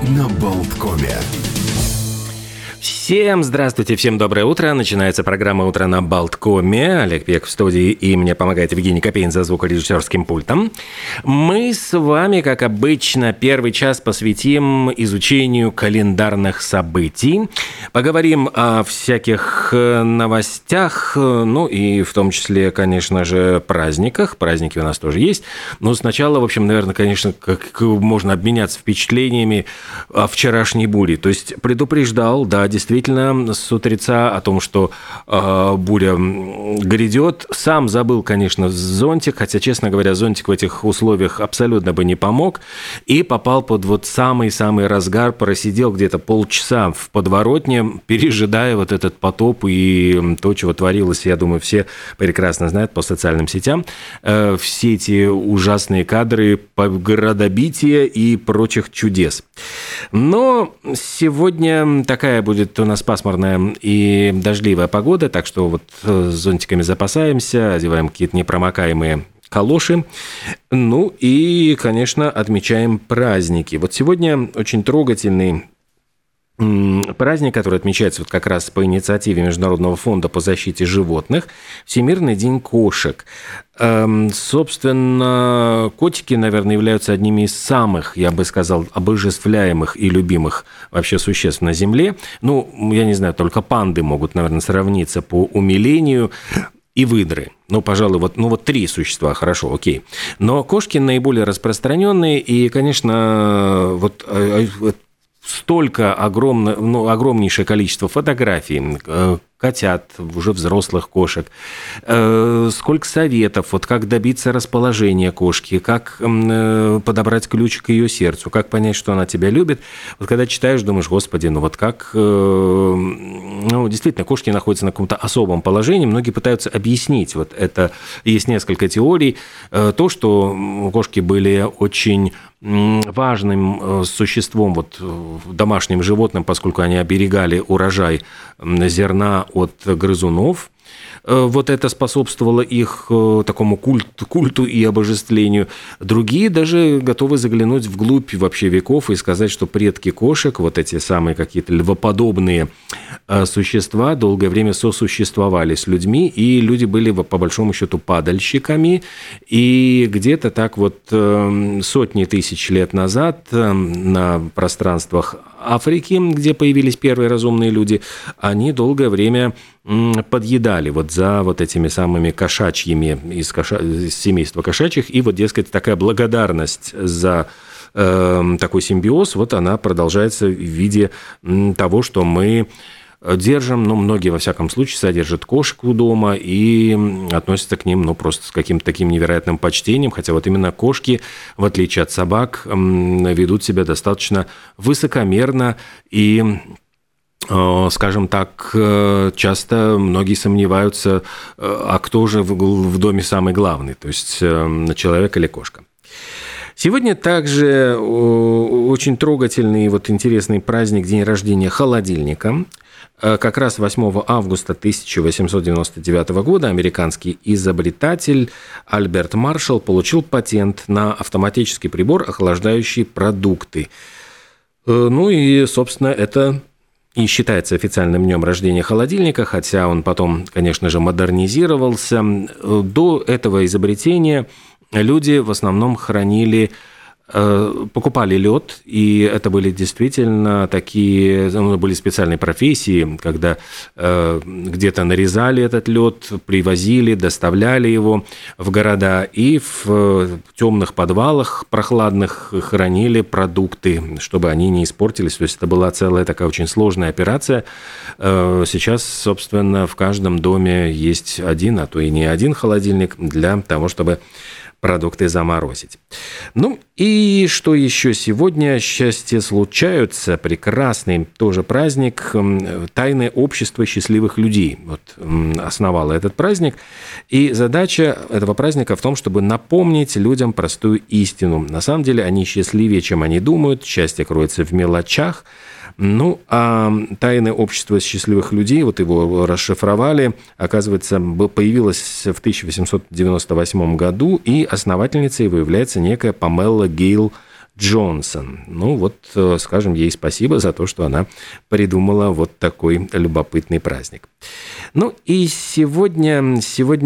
на Болткоме. Всем здравствуйте, всем доброе утро. Начинается программа «Утро на Болткоме». Олег Пек в студии, и мне помогает Евгений Копейн за звукорежиссерским пультом. Мы с вами, как обычно, первый час посвятим изучению календарных событий. Поговорим о всяких новостях, ну и в том числе, конечно же, праздниках. Праздники у нас тоже есть. Но сначала, в общем, наверное, конечно, как можно обменяться впечатлениями о вчерашней буре. То есть предупреждал, да, действительно, с утреца о том, что буря грядет. Сам забыл, конечно, зонтик, хотя, честно говоря, зонтик в этих условиях абсолютно бы не помог. И попал под вот самый-самый разгар, просидел где-то полчаса в подворотне, пережидая вот этот потоп и то, чего творилось, я думаю, все прекрасно знают по социальным сетям. Все эти ужасные кадры градобития и прочих чудес. Но сегодня такая будет у нас пасмурная и дождливая погода, так что вот с зонтиками запасаемся, одеваем какие-то непромокаемые калоши. Ну и, конечно, отмечаем праздники. Вот сегодня очень трогательный праздник, который отмечается вот как раз по инициативе Международного фонда по защите животных, Всемирный день кошек. Собственно, котики, наверное, являются одними из самых, я бы сказал, обожествляемых и любимых вообще существ на Земле. Ну, я не знаю, только панды могут, наверное, сравниться по умилению, и выдры. Ну, пожалуй, вот три существа, хорошо, окей. Но кошки наиболее распространенные, и, конечно, вот столько огромнейшее количество фотографий, котят, уже взрослых кошек, сколько советов, вот как добиться расположения кошки, как подобрать ключ к ее сердцу, как понять, что она тебя любит. Вот когда читаешь, думаешь, господи, ну вот как... Ну, действительно, кошки находятся на каком-то особом положении, многие пытаются объяснить, вот это, есть несколько теорий, то, что кошки были очень важным существом, вот, домашним животным, поскольку они оберегали урожай зерна от грызунов. Вот это способствовало их такому культу и обожествлению. Другие даже готовы заглянуть вглубь вообще веков и сказать, что предки кошек, вот эти самые какие-то львоподобные существа, долгое время сосуществовали с людьми, и люди были, по большому счету, падальщиками. И где-то так вот сотни тысяч лет назад на пространствах Африки, где появились первые разумные люди, они долгое время подъедали вот за вот этими самыми кошачьими из семейства кошачьих, и вот, дескать, такая благодарность за такой симбиоз, вот она продолжается в виде того, что мы держим, ну, многие, во всяком случае, содержат кошек у дома и относятся к ним, ну, просто с каким-то таким невероятным почтением, хотя вот именно кошки, в отличие от собак, ведут себя достаточно высокомерно и, скажем так, часто многие сомневаются, а кто же в доме самый главный, то есть человек или кошка. Сегодня также очень трогательный и вот интересный праздник, день рождения холодильника. Как раз 8 августа 1899 года американский изобретатель Альберт Маршалл получил патент на автоматический прибор, охлаждающий продукты. Ну и, собственно, это и считается официальным днем рождения холодильника, хотя он потом, конечно же, модернизировался. До этого изобретения люди в основном покупали лед, и это были действительно такие, были специальные профессии, когда где-то нарезали этот лед, привозили, доставляли его в города, и в темных подвалах прохладных хранили продукты, чтобы они не испортились. То есть это была целая такая очень сложная операция. Сейчас, собственно, в каждом доме есть один, а то и не один холодильник для того, чтобы продукты заморозить. Ну и что еще сегодня? Счастье случаются. Прекрасный тоже праздник. Тайное общество счастливых людей вот основало этот праздник. И задача этого праздника в том, чтобы напомнить людям простую истину. На самом деле они счастливее, чем они думают. Счастье кроется в мелочах. Ну, а «Тайное общество счастливых людей», вот его расшифровали, оказывается, появилось в 1898 году, и основательницей его является некая Памела Гейл Джонсон. Ну вот, скажем ей спасибо за то, что она придумала вот такой любопытный праздник. Ну и сегодня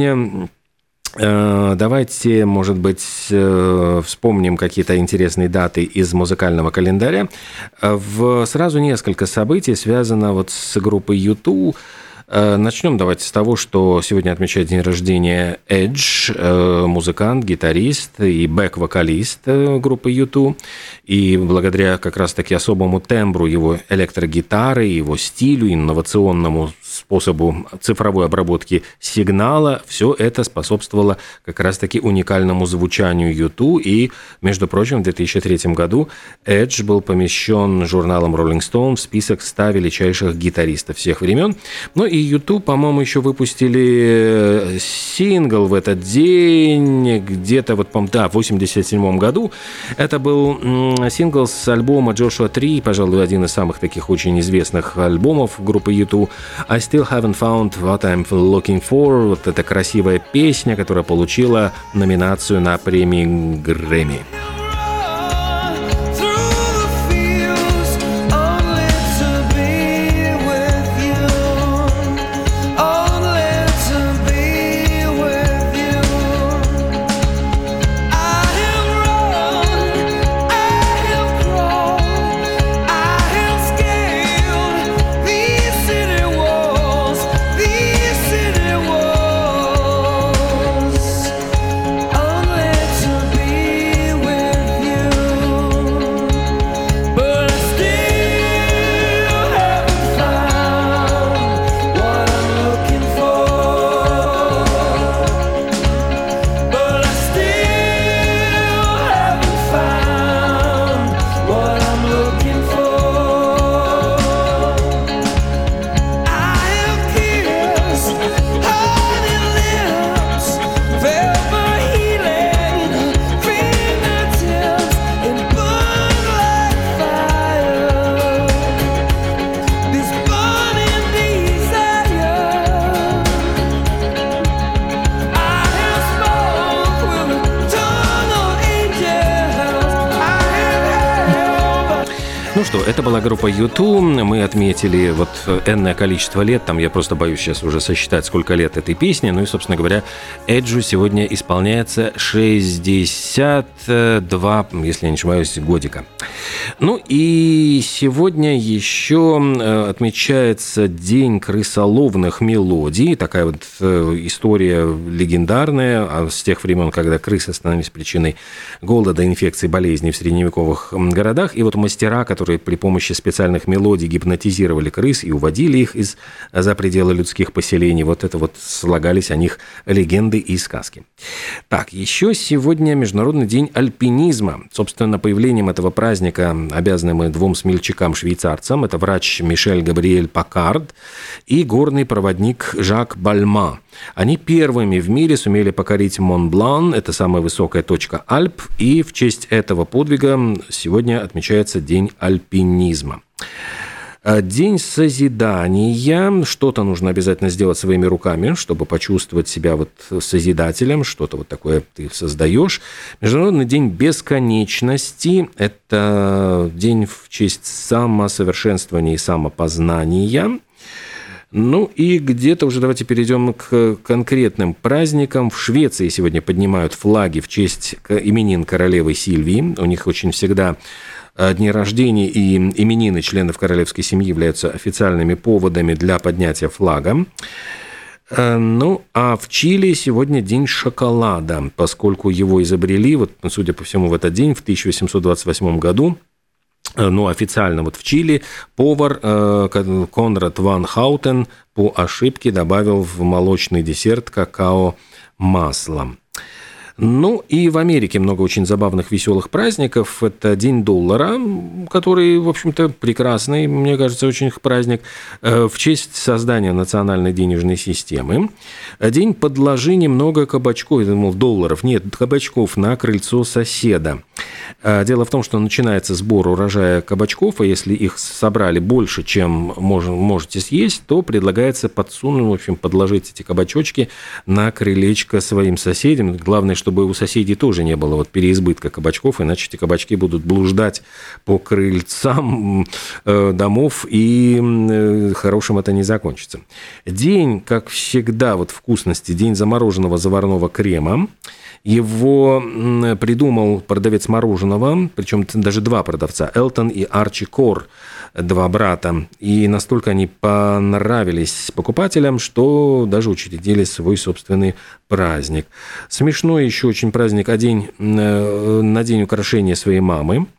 давайте, может быть, вспомним какие-то интересные даты из музыкального календаря. Сразу несколько событий связано вот с группой U2. Начнем давайте с того, что сегодня отмечает день рождения Эдж, музыкант, гитарист и бэк-вокалист группы U2. И благодаря как раз-таки особому тембру его электрогитары, его стилю, инновационному способу цифровой обработки сигнала, все это способствовало как раз-таки уникальному звучанию U2. И, между прочим, в 2003 году Эдж был помещен журналом Rolling Stone в список 100 величайших гитаристов всех времен. Ну и U2, по-моему, еще выпустили сингл в этот день, где-то вот, в 1987 году. Это был сингл с альбома Joshua Tree, пожалуй, один из самых таких очень известных альбомов группы U2. I Still Haven't Found What I'm Looking For. Вот эта красивая песня, которая получила номинацию на премии Грэмми. Ну что, это была группа U2. Мы отметили вот энное количество лет. Там я просто боюсь сейчас уже сосчитать, сколько лет этой песни. Ну и, собственно говоря, Эджу сегодня исполняется 62, если я не ошибаюсь, годика. Ну и сегодня еще отмечается День крысоловных мелодий. Такая вот история легендарная с тех времен, когда крысы становились причиной голода, инфекций, болезней в средневековых городах. И вот мастера, которые при помощи специальных мелодий гипнотизировали крыс и уводили их за пределы людских поселений. Вот это вот слагались о них легенды и сказки. Так, еще сегодня Международный день альпинизма. Собственно, появлением этого праздника обязаны мы двум смельчакам-швейцарцам. Это врач Мишель Габриэль Паккард и горный проводник Жак Бальма. Они первыми в мире сумели покорить Мон-Блан, это самая высокая точка Альп, и в честь этого подвига сегодня отмечается День альпинизма. День созидания. Что-то нужно обязательно сделать своими руками, чтобы почувствовать себя вот созидателем, что-то вот такое ты создаешь. Международный день бесконечности. Это день в честь самосовершенствования и самопознания. Ну и где-то уже давайте перейдем к конкретным праздникам. В Швеции сегодня поднимают флаги в честь именин королевы Сильвии. У них очень всегда дни рождения и именины членов королевской семьи являются официальными поводами для поднятия флага. Ну, а в Чили сегодня день шоколада, поскольку его изобрели, вот, судя по всему, в этот день, в 1828 году, ну, официально вот в Чили повар Конрад ван Хаутен по ошибке добавил в молочный десерт какао-масло. Ну, и в Америке много очень забавных, веселых праздников. Это День доллара, который, в общем-то, прекрасный, мне кажется, очень праздник, в честь создания национальной денежной системы. День «Подложи немного кабачков», я думал, долларов, нет, кабачков на крыльцо соседа. Дело в том, что начинается сбор урожая кабачков, и если их собрали больше, чем можете съесть, то предлагается подсунуть, в общем, подложить эти кабачочки на крылечко своим соседям. Главное, чтобы у соседей тоже не было переизбытка кабачков, иначе эти кабачки будут блуждать по крыльцам домов, и хорошим это не закончится. День, как всегда, вкусности, день замороженного заварного крема. Его придумал продавец мороженого, причем даже два продавца, Элтон и Арчи Кор, два брата. И настолько они понравились покупателям, что даже учредили свой собственный праздник. Смешной еще очень праздник на день украшения своей мамы.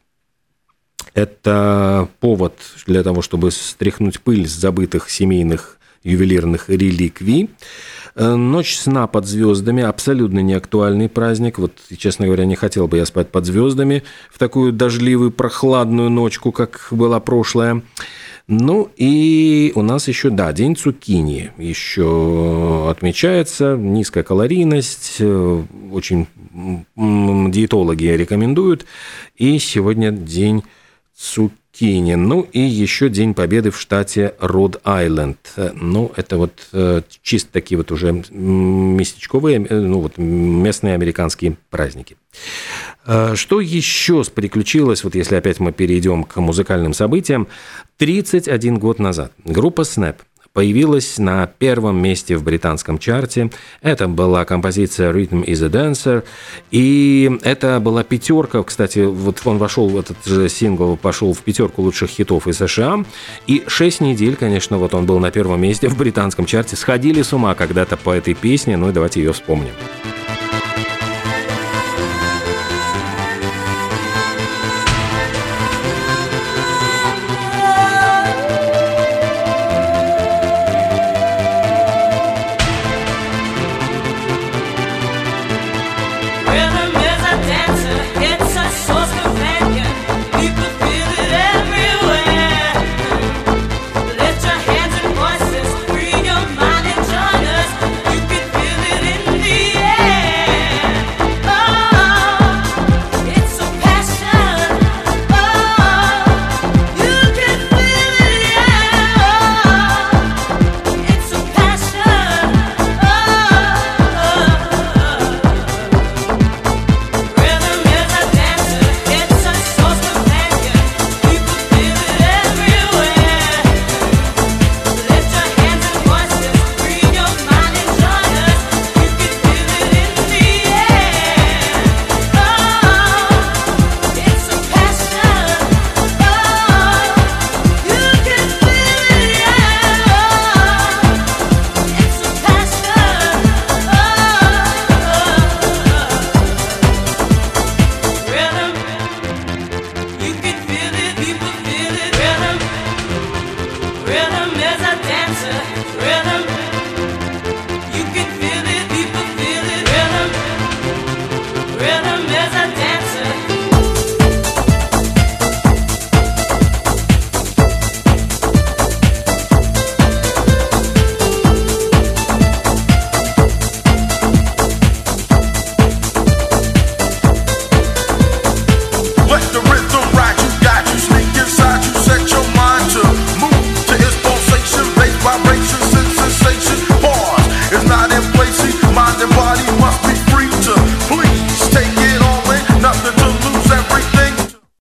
Это повод для того, чтобы стряхнуть пыль с забытых семейных ювелирных реликвий. Ночь сна под звездами – абсолютно неактуальный праздник. Честно говоря, не хотел бы я спать под звездами в такую дождливую, прохладную ночку, как была прошлая. Ну и у нас еще, день цукини еще отмечается. Низкая калорийность, очень диетологи рекомендуют. И сегодня день цукини. Ну и еще День Победы в штате Род-Айленд. Ну, это чисто такие уже местечковые, местные американские праздники. Что еще приключилось, если опять мы перейдем к музыкальным событиям? 31 год назад группа Snap появилась на первом месте в британском чарте. Это была композиция «Rhythm is a Dancer». И это была пятерка. Кстати, он вошел, этот же сингл пошел в пятерку лучших хитов из США. И 6 недель, конечно, он был на первом месте в британском чарте. Сходили с ума когда-то по этой песне. Ну и давайте ее вспомним.